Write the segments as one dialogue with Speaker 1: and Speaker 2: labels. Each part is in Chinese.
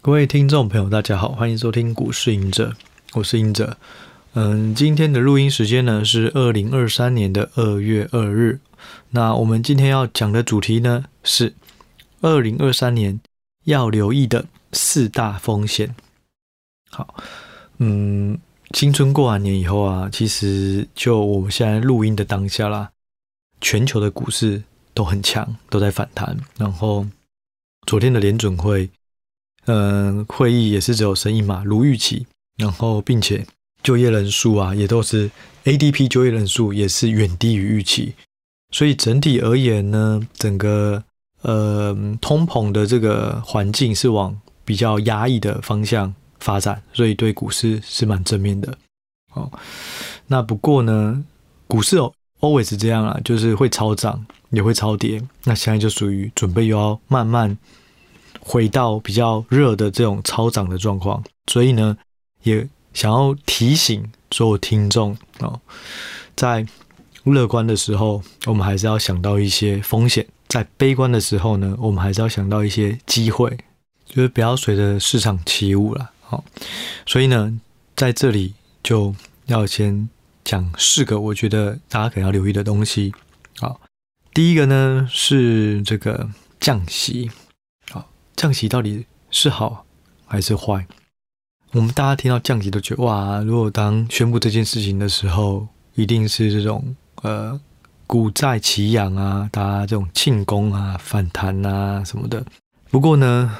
Speaker 1: 各位听众朋友，大家好，欢迎收听股市赢者，我是赢者。今天的录音时间呢是2023年的2月2日。那我们今天要讲的主题呢是2023年要留意的4大风险。好，新春过完年以后啊，其实就我们现在录音的当下啦，全球的股市都很强，都在反弹。然后昨天的联准会会议也是只有升一码，如预期。然后并且就业人数啊，也都是 ADP 就业人数也是远低于预期。所以整体而言呢，整个通膨的这个环境是往比较压抑的方向发展，所以对股市是蛮正面的。那不过呢，股市always 这样啦，就是会超涨也会超跌。那现在就属于准备又要慢慢回到比较热的这种超涨的状况，所以呢，也想要提醒所有听众在乐观的时候，我们还是要想到一些风险；在悲观的时候呢，我们还是要想到一些机会，就是不要随着市场起舞啦。所以呢，在这里就要先讲4个我觉得大家可能要留意的东西。好，第一个呢是这个降息。降息到底是好还是坏？我们大家听到降息都觉得哇，如果当宣布这件事情的时候，一定是这种股债齐扬啊，大家这种庆功啊、反弹啊什么的。不过呢，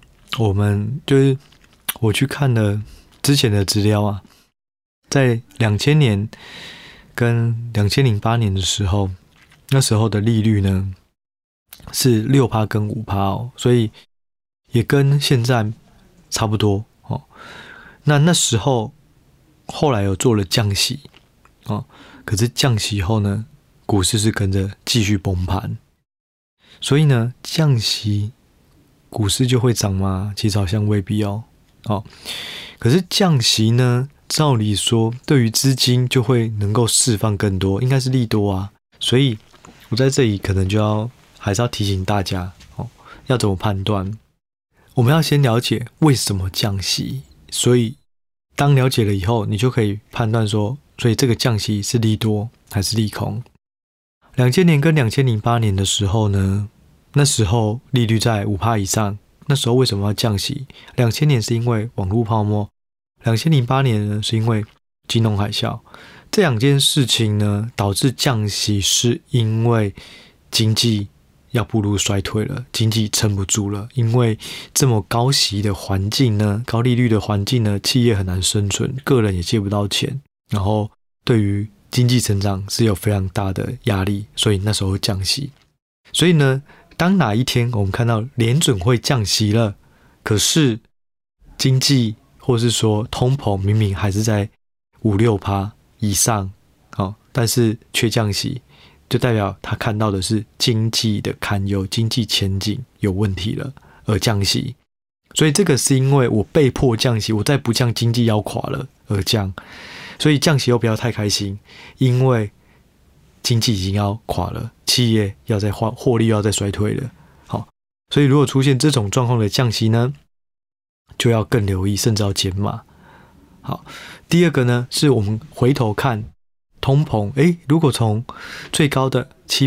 Speaker 1: 我去看了之前的资料啊，在2000年跟2008年的时候，那时候的利率呢是 6% 跟 5% 所以也跟现在差不多。那时候后来有做了降息，可是降息后呢，股市是跟着继续崩盘。所以呢，降息股市就会涨吗？其实好像未必哦。可是降息呢，照理说对于资金就会能够释放更多，应该是利多啊。所以我在这里可能还是要提醒大家要怎么判断。我们要先了解为什么降息，所以当了解了以后，你就可以判断说，所以这个降息是利多还是利空。2000年跟2008年的时候呢，那时候利率在 5% 以上，那时候为什么要降息？2000年是因为网络泡沫，2008年呢是因为金融海啸。这两件事情呢，导致降息是因为经济要步入衰退了，经济撑不住了。因为这么高息的环境呢，高利率的环境呢，企业很难生存，个人也借不到钱，然后对于经济成长是有非常大的压力，所以那时候降息。所以呢，当哪一天我们看到联准会降息了，可是经济或是说通膨明明还是在 5-6% 以上，但是却降息，就代表他看到的是经济的堪忧，经济前景有问题了而降息。所以这个是因为我被迫降息，我再不降经济要垮了而降。所以降息又不要太开心，因为经济已经要垮了，企业要在获利要在衰退了。好，所以如果出现这种状况的降息呢，就要更留意，甚至要减码。好，第二个呢，是我们回头看通膨，如果从最高的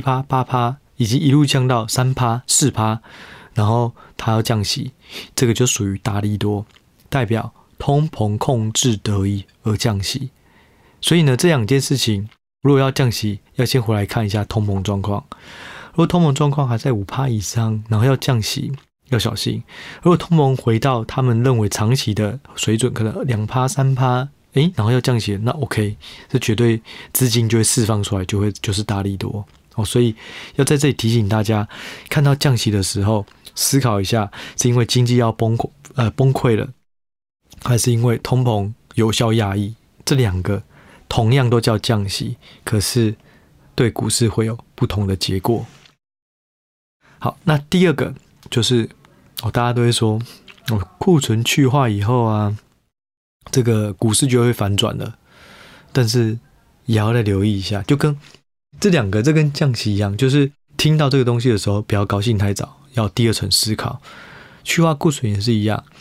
Speaker 1: 7%、8% 已经一路降到 3%、4%， 然后它要降息，这个就属于大利多，代表通膨控制得宜而降息。所以呢，这两件事情如果要降息，要先回来看一下通膨状况。如果通膨状况还在 5% 以上，然后要降息，要小心。如果通膨回到他们认为长期的水准，可能 2%、3%，然后要降息，那 OK， 这绝对资金就会释放出来，就是大利多。所以要在这里提醒大家，看到降息的时候，思考一下，是因为经济要崩溃了，还是因为通膨有效压抑？这两个同样都叫降息，可是对股市会有不同的结果。好，那第二个就是大家都会说库存去化以后啊，这个股市就会反转了，但是也要再留意一下，就跟这跟降息一样，就是听到这个东西的时候不要高兴太早，要第二层思考。去化库存也是一样，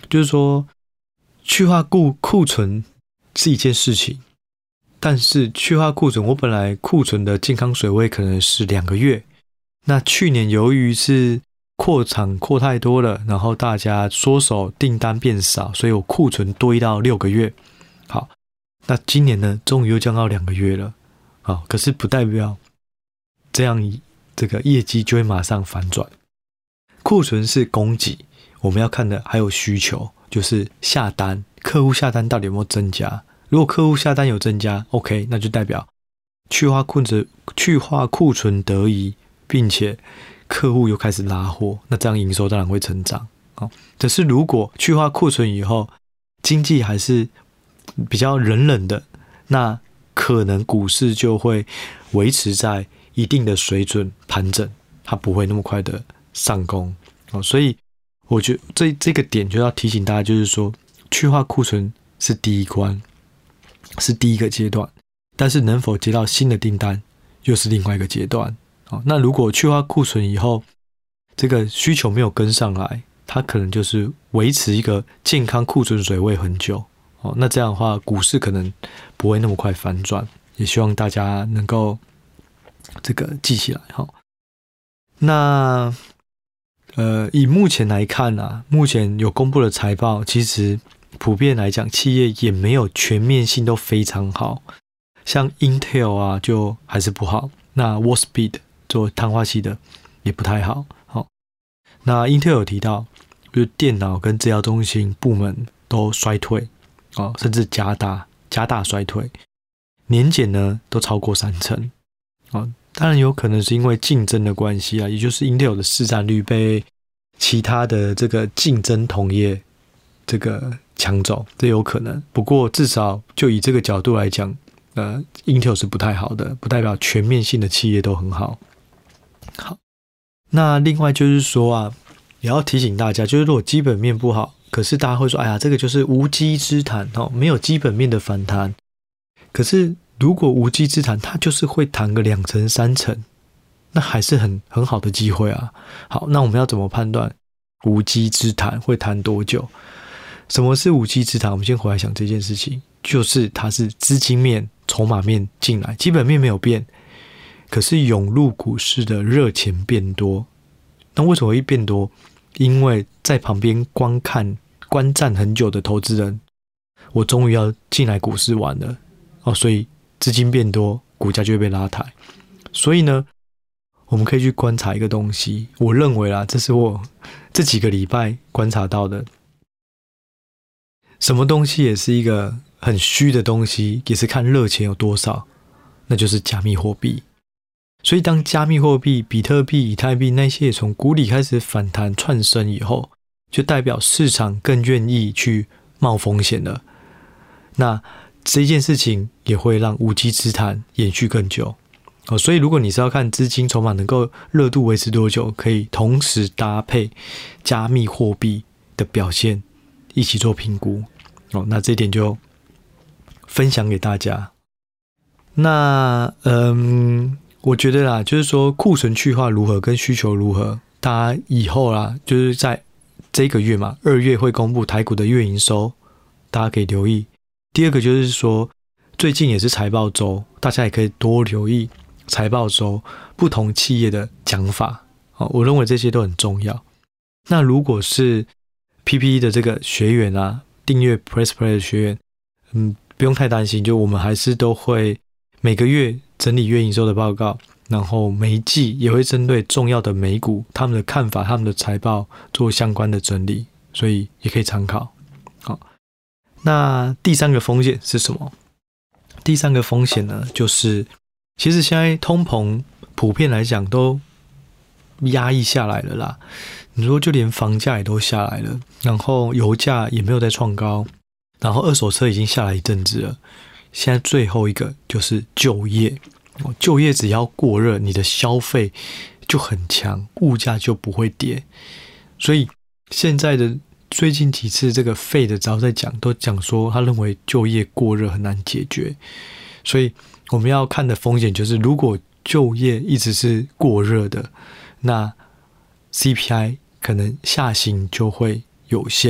Speaker 1: 就是说去化库存是一件事情，但是去化库存，我本来库存的健康水位可能是2个月，那去年由于是扩产扩太多了，然后大家缩手订单变少，所以我库存堆到6个月。好，那今年呢，终于又降到2个月了。好，可是不代表这样这个业绩就会马上反转。库存是供给，我们要看的还有需求，就是下单，客户下单到底有没有增加？如果客户下单有增加 ，OK， 那就代表去化库存得宜，并且客户又开始拉货，那这样营收当然会成长。可是如果去化库存以后，经济还是比较冷的，那可能股市就会维持在一定的水准盘整，它不会那么快的上攻。所以我觉得这个点就要提醒大家，就是说去化库存是第一关，是第一个阶段，但是能否接到新的订单又是另外一个阶段。那如果去化库存以后，这个需求没有跟上来，它可能就是维持一个健康库存水位很久。那这样的话，股市可能不会那么快反转，也希望大家能够这个记起来。那以目前来看啊，目前有公布的财报，其实普遍来讲，企业也没有全面性都非常好，像 Intel 啊就还是不好，那 Wolfspeed 做碳化系的也不太好。那 Intel 有提到，就是电脑跟资料中心部门都衰退，甚至加大衰退，年减呢都超过30%。当然有可能是因为竞争的关系啊，也就是 Intel 的市占率被其他的这个竞争同业这个抢走，这有可能。不过至少就以这个角度来讲，Intel 是不太好的，不代表全面性的企业都很好。好，那另外就是说啊，也要提醒大家，就是如果基本面不好，可是大家会说，哎呀，这个就是无稽之谈，没有基本面的反弹。可是如果无稽之谈，它就是会弹个2成3成，那还是很好的机会啊。好，那我们要怎么判断无稽之谈会弹多久？什么是无稽之谈？我们先回来想这件事情，就是它是资金面、筹码面进来，基本面没有变，可是涌入股市的热钱变多。那为什么会变多？因为在旁边观战很久的投资人，我终于要进来股市玩了，所以资金变多，股价就会被拉抬。所以呢，我们可以去观察一个东西，我认为啦，这是我这几个礼拜观察到的。什么东西也是一个很虚的东西，也是看热钱有多少，那就是加密货币。所以当加密货币、比特币、以太币那些从谷底开始反弹窜升以后，就代表市场更愿意去冒风险了。那这件事情也会让无稽之谈延续更久。所以如果你是要看资金筹码能够热度维持多久，可以同时搭配加密货币的表现一起做评估。那这一点就分享给大家。那我觉得啦，就是说库存去化如何跟需求如何，大家以后啦，就是在这个月嘛，2月会公布台股的月营收，大家可以留意。第二个就是说，最近也是财报周，大家也可以多留意财报周不同企业的讲法。我认为这些都很重要。那如果是 PPE 的这个学员啊，订阅 PressPlay 的学员，不用太担心，就我们还是都会每个月整理月营收的报告，然后每一季也会针对重要的美股他们的看法、他们的财报做相关的整理，所以也可以参考。好，那第3个风险是什么？第3个风险呢，就是其实现在通膨普遍来讲都压抑下来了啦。你说就连房价也都下来了，然后油价也没有再创高，然后二手车已经下来一阵子了。现在最后一个就是就业，就业只要过热，你的消费就很强，物价就不会跌。所以现在的最近几次这个Fed早在讲，都讲说他认为就业过热很难解决。所以我们要看的风险就是，如果就业一直是过热的，那 CPI 可能下行就会有限。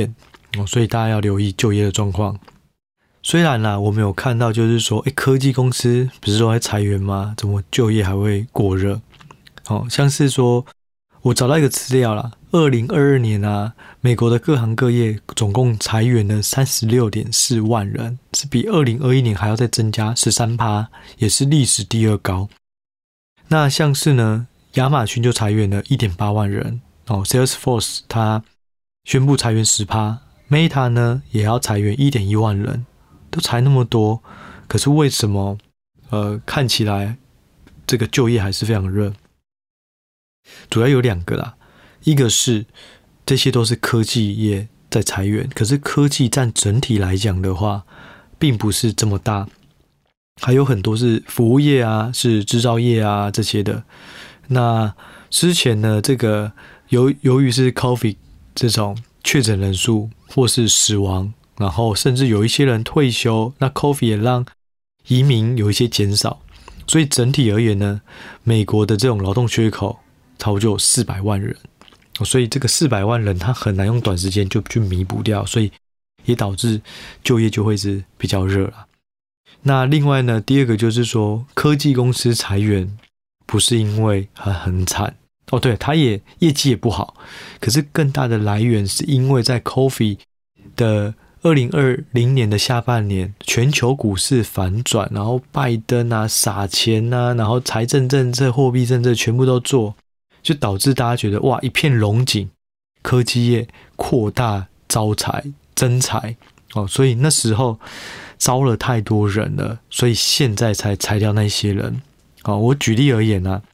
Speaker 1: 所以大家要留意就业的状况。虽然啦，我们有看到就是说，科技公司不是说在裁员吗？怎么就业还会过热？像是说我找到一个资料啦，2022年啊，美国的各行各业总共裁员了 36.4 万人，是比2021年还要再增加 13%， 也是历史第二高。那像是呢，亚马逊就裁员了 1.8 万人，Salesforce 它宣布裁员 10%，Meta 呢也要裁员 1.1 万人，都裁那么多，可是为什么看起来这个就业还是非常热？主要有2个啦，一个是这些都是科技业在裁员，可是科技占整体来讲的话并不是这么大，还有很多是服务业啊，是制造业啊这些的。那之前呢，这个由于是 COVID 这种确诊人数或是死亡，然后甚至有一些人退休，那 COVID 也让移民有一些减少，所以整体而言呢，美国的这种劳动缺口差不多就有400万人，所以这个400万人他很难用短时间就去弥补掉，所以也导致就业就会是比较热啦。那另外呢，第二个就是说，科技公司裁员不是因为很惨对，它也业绩也不好，可是更大的来源是因为在 COVID 的2020年的下半年，全球股市反转，然后拜登啊撒钱啊，然后财政政策、货币政策全部都做，就导致大家觉得哇一片龙井，科技业扩大招财增财所以那时候招了太多人了，所以现在才裁掉那些人我举例而言啊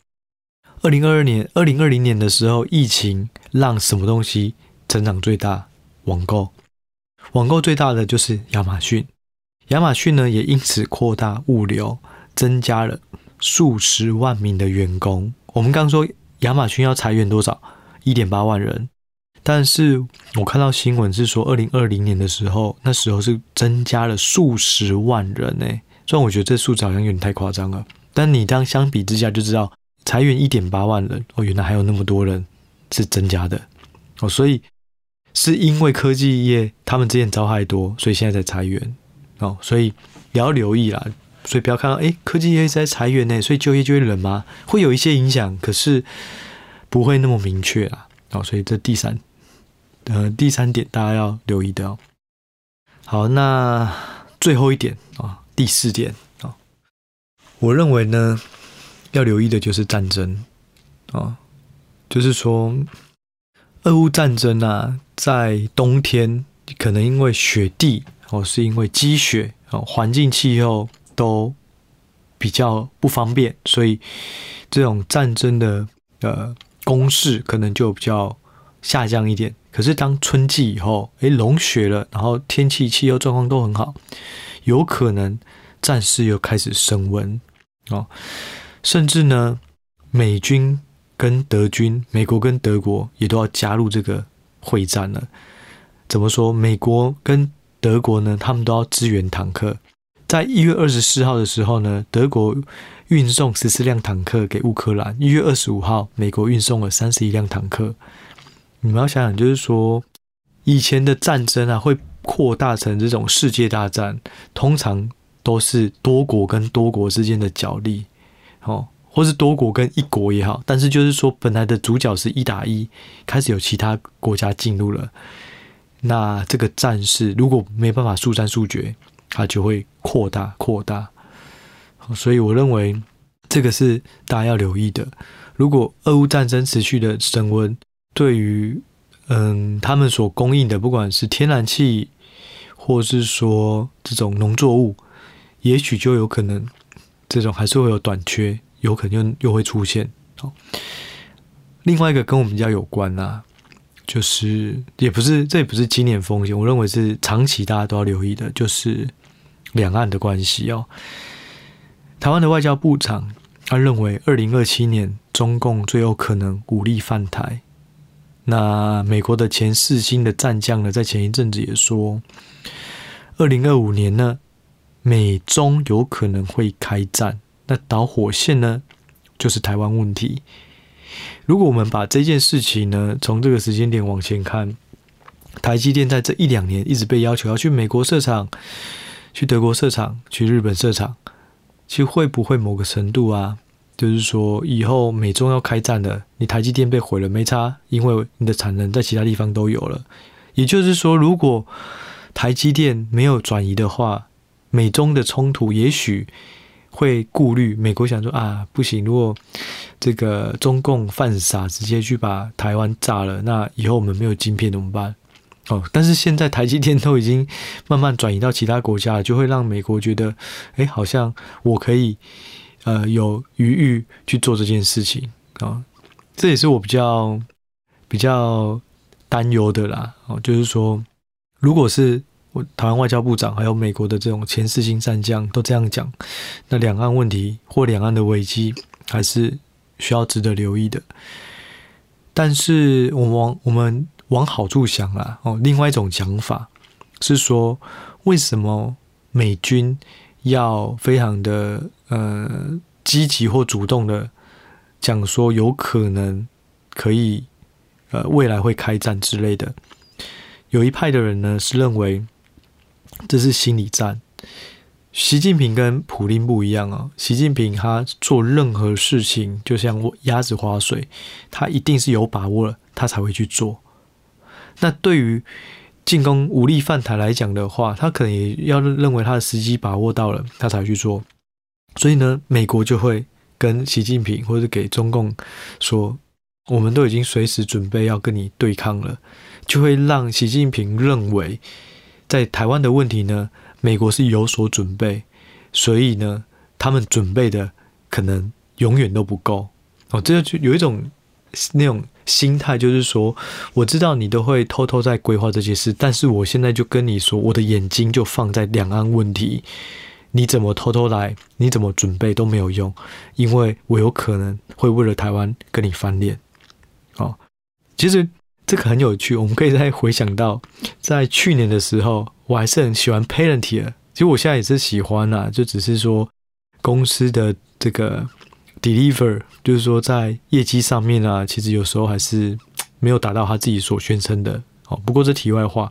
Speaker 1: ，2020年的时候，疫情让什么东西成长最大？网购最大的就是亚马逊，亚马逊呢也因此扩大物流，增加了数十万名的员工。我们刚说亚马逊要裁员多少？ 1.8 万人，但是我看到新闻是说2020年的时候，那时候是增加了数十万人虽然我觉得这数字好像有点太夸张了，但你当相比之下就知道裁员 1.8 万人原来还有那么多人是增加的所以是因为科技业他们之前招太多，所以现在才裁员所以也要留意啦，所以不要看到科技业一直在裁员所以就业就会冷吗？会有一些影响，可是不会那么明确啦所以这第三点大家要留意的好，那最后一点第4点我认为呢要留意的就是战争就是说俄乌战争啊，在冬天可能因为雪地是因为积雪环境气候都比较不方便，所以这种战争的攻势可能就比较下降一点。可是当春季以后融雪了，然后天气气候状况都很好，有可能战事又开始升温甚至呢美军跟德军，美国跟德国也都要加入这个会战了。怎么说？美国跟德国呢，他们都要支援坦克。在1月24号的时候呢，德国运送14辆坦克给乌克兰。1月25号，美国运送了31辆坦克。你们要想想，就是说，以前的战争啊，会扩大成这种世界大战，通常都是多国跟多国之间的角力或是多国跟一国也好，但是就是说本来的主角是1打1，开始有其他国家进入了，那这个战事如果没办法速战速决，它就会扩大，所以我认为这个是大家要留意的。如果俄乌战争持续的升温，对于他们所供应的不管是天然气或是说这种农作物，也许就有可能这种还是会有短缺，有可能又会出现另外一个跟我们比较有关就是这也不是今年风险，我认为是长期大家都要留意的，就是两岸的关系台湾的外交部长他认为2027年中共最有可能武力犯台。那美国的前4星的战将呢，在前一阵子也说2025年呢，美中有可能会开战。那导火线呢，就是台湾问题。如果我们把这件事情呢，从这个时间点往前看， 台积电在这1-2年一直被要求要去美国设厂，去德国设厂，去日本设厂，其实会不会某个程度啊，就是说以后美中要开战了，你台积电被毁了没差，因为你的产能在其他地方都有了。也就是说，如果台积电没有转移的话，美中的冲突也许会顾虑，美国想说啊，不行，如果这个中共犯傻，直接去把台湾炸了，那以后我们没有晶片怎么办？但是现在台积电都已经慢慢转移到其他国家了，就会让美国觉得，好像我可以有余裕去做这件事情这也是我比较担忧的啦就是说，如果是台湾外交部长还有美国的这种前4星战将都这样讲，那两岸问题或两岸的危机还是需要值得留意的。但是我们往好处想啦另外一种讲法是说，为什么美军要非常的积极或主动的讲说有可能可以未来会开战之类的？有一派的人呢是认为这是心理战。习近平跟普丁不一样习近平他做任何事情就像鸭子划水，他一定是有把握了他才会去做。那对于进攻武力犯台来讲的话，他可能也要认为他的时机把握到了他才会去做。所以呢，美国就会跟习近平或者给中共说，我们都已经随时准备要跟你对抗了，就会让习近平认为在台湾的问题呢，美国是有所准备，所以呢他们准备的可能永远都不够这就有一种那种心态，就是说我知道你都会偷偷在规划这些事，但是我现在就跟你说，我的眼睛就放在两岸问题，你怎么偷偷来，你怎么准备都没有用，因为我有可能会为了台湾跟你翻脸其实这个很有趣，我们可以再回想到在去年的时候，我还是很喜欢 Palantir， 其实我现在也是喜欢就只是说公司的这个 deliver， 就是说在业绩上面其实有时候还是没有达到他自己所宣称的不过这题外话，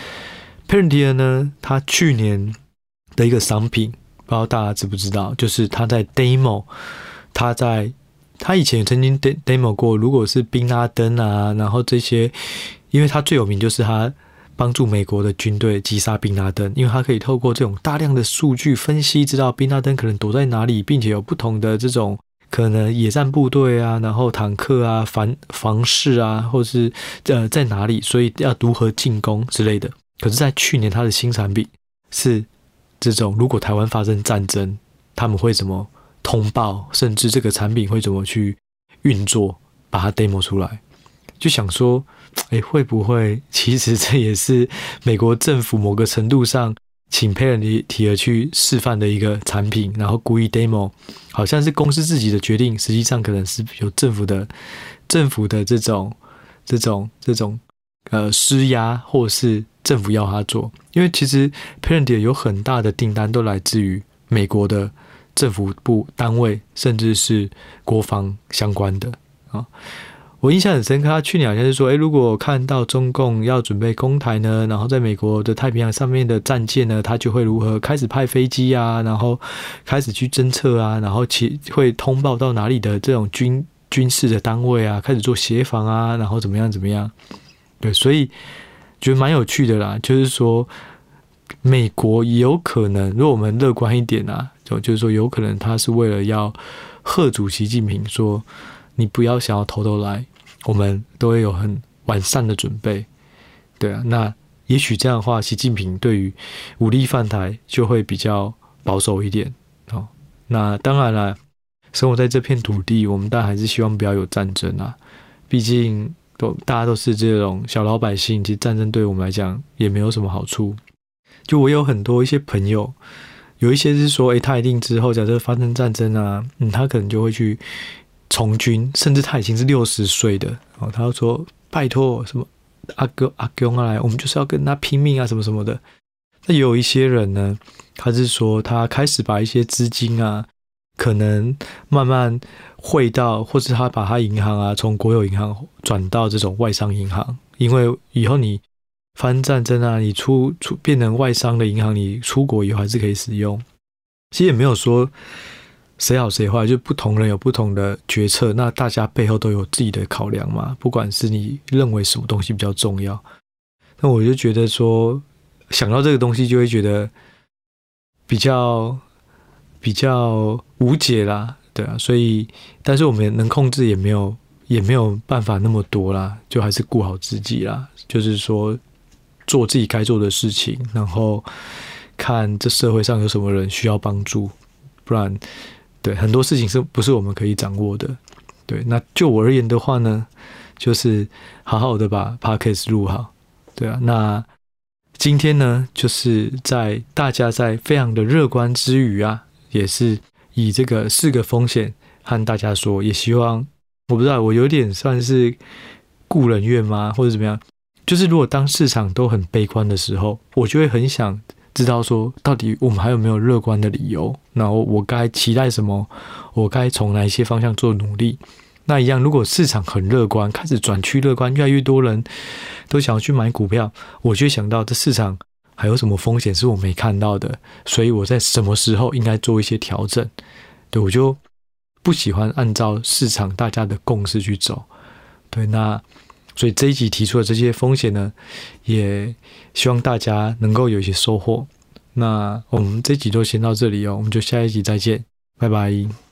Speaker 1: Palantir 呢，他去年的一个商品不知道大家知不知道，就是他在 demo， 他以前曾经 demo 过，如果是宾拉登然后这些，因为他最有名就是他帮助美国的军队击杀宾拉登，因为他可以透过这种大量的数据分析，知道宾拉登可能躲在哪里，并且有不同的这种可能野战部队然后坦克房市或是在哪里，所以要如何进攻之类的。可是在去年他的新产品是这种，如果台湾发生战争，他们会怎么通报，甚至这个产品会怎么去运作，把它 demo 出来。就想说会不会其实这也是美国政府某个程度上请 Palantir 去示范的一个产品，然后故意 demo， 好像是公司自己的决定，实际上可能是有政府的这种施压，或是政府要他做。因为其实 Palantir 有很大的订单都来自于美国的政府部单位，甚至是国防相关的我印象很深刻，他去年好像是说如果看到中共要准备攻台呢，然后在美国的太平洋上面的战舰呢，他就会如何开始派飞机然后开始去侦测然后会通报到哪里的这种军事的单位开始做协防然后怎么样对，所以觉得蛮有趣的啦，就是说美国也有可能，如果我们乐观一点就是说有可能他是为了要嚇阻习近平说，你不要想要偷偷来，我们都会有很完善的准备。对那也许这样的话，习近平对于武力犯台就会比较保守一点那当然啦，生活在这片土地，我们当然还是希望不要有战争毕竟大家都是这种小老百姓，其实战争对我们来讲也没有什么好处。就我有很多一些朋友，有一些是说他一定之后假设发生战争他可能就会去从军，甚至他已经是60岁的他就说拜托什么阿公来，我们就是要跟他拼命什么什么的。那也有一些人呢，他是说他开始把一些资金可能慢慢汇到，或是他把他银行从国有银行转到这种外商银行，因为以后你翻战争啊，你变成外商的银行，你出国以后还是可以使用。其实也没有说谁好谁坏，就不同人有不同的决策，那大家背后都有自己的考量嘛。不管是你认为什么东西比较重要，那我就觉得说，想到这个东西就会觉得比较无解啦，对啊。所以，但是我们能控制也没有办法那么多啦，就还是顾好自己啦。就是说，做自己该做的事情，然后看这社会上有什么人需要帮助，不然，对，很多事情是不是我们可以掌握的？对，那就我而言的话呢，就是好好的把 Podcast 录好，对啊。那今天呢，就是大家在非常的乐观之余啊，也是以这个4个风险和大家说，也希望，我不知道，我有点算是顾人怨吗，或者怎么样？就是如果当市场都很悲观的时候，我就会很想知道说，到底我们还有没有乐观的理由？然后我该期待什么？我该从哪一些方向做努力？那一样，如果市场很乐观，开始转趋乐观，越来越多人都想要去买股票，我就会想到这市场还有什么风险是我没看到的，所以我在什么时候应该做一些调整？对，我就不喜欢按照市场大家的共识去走。对，那所以这一集提出的这些风险呢，也希望大家能够有一些收获。那我们这一集就先到这里哦，我们就下一集再见，拜拜。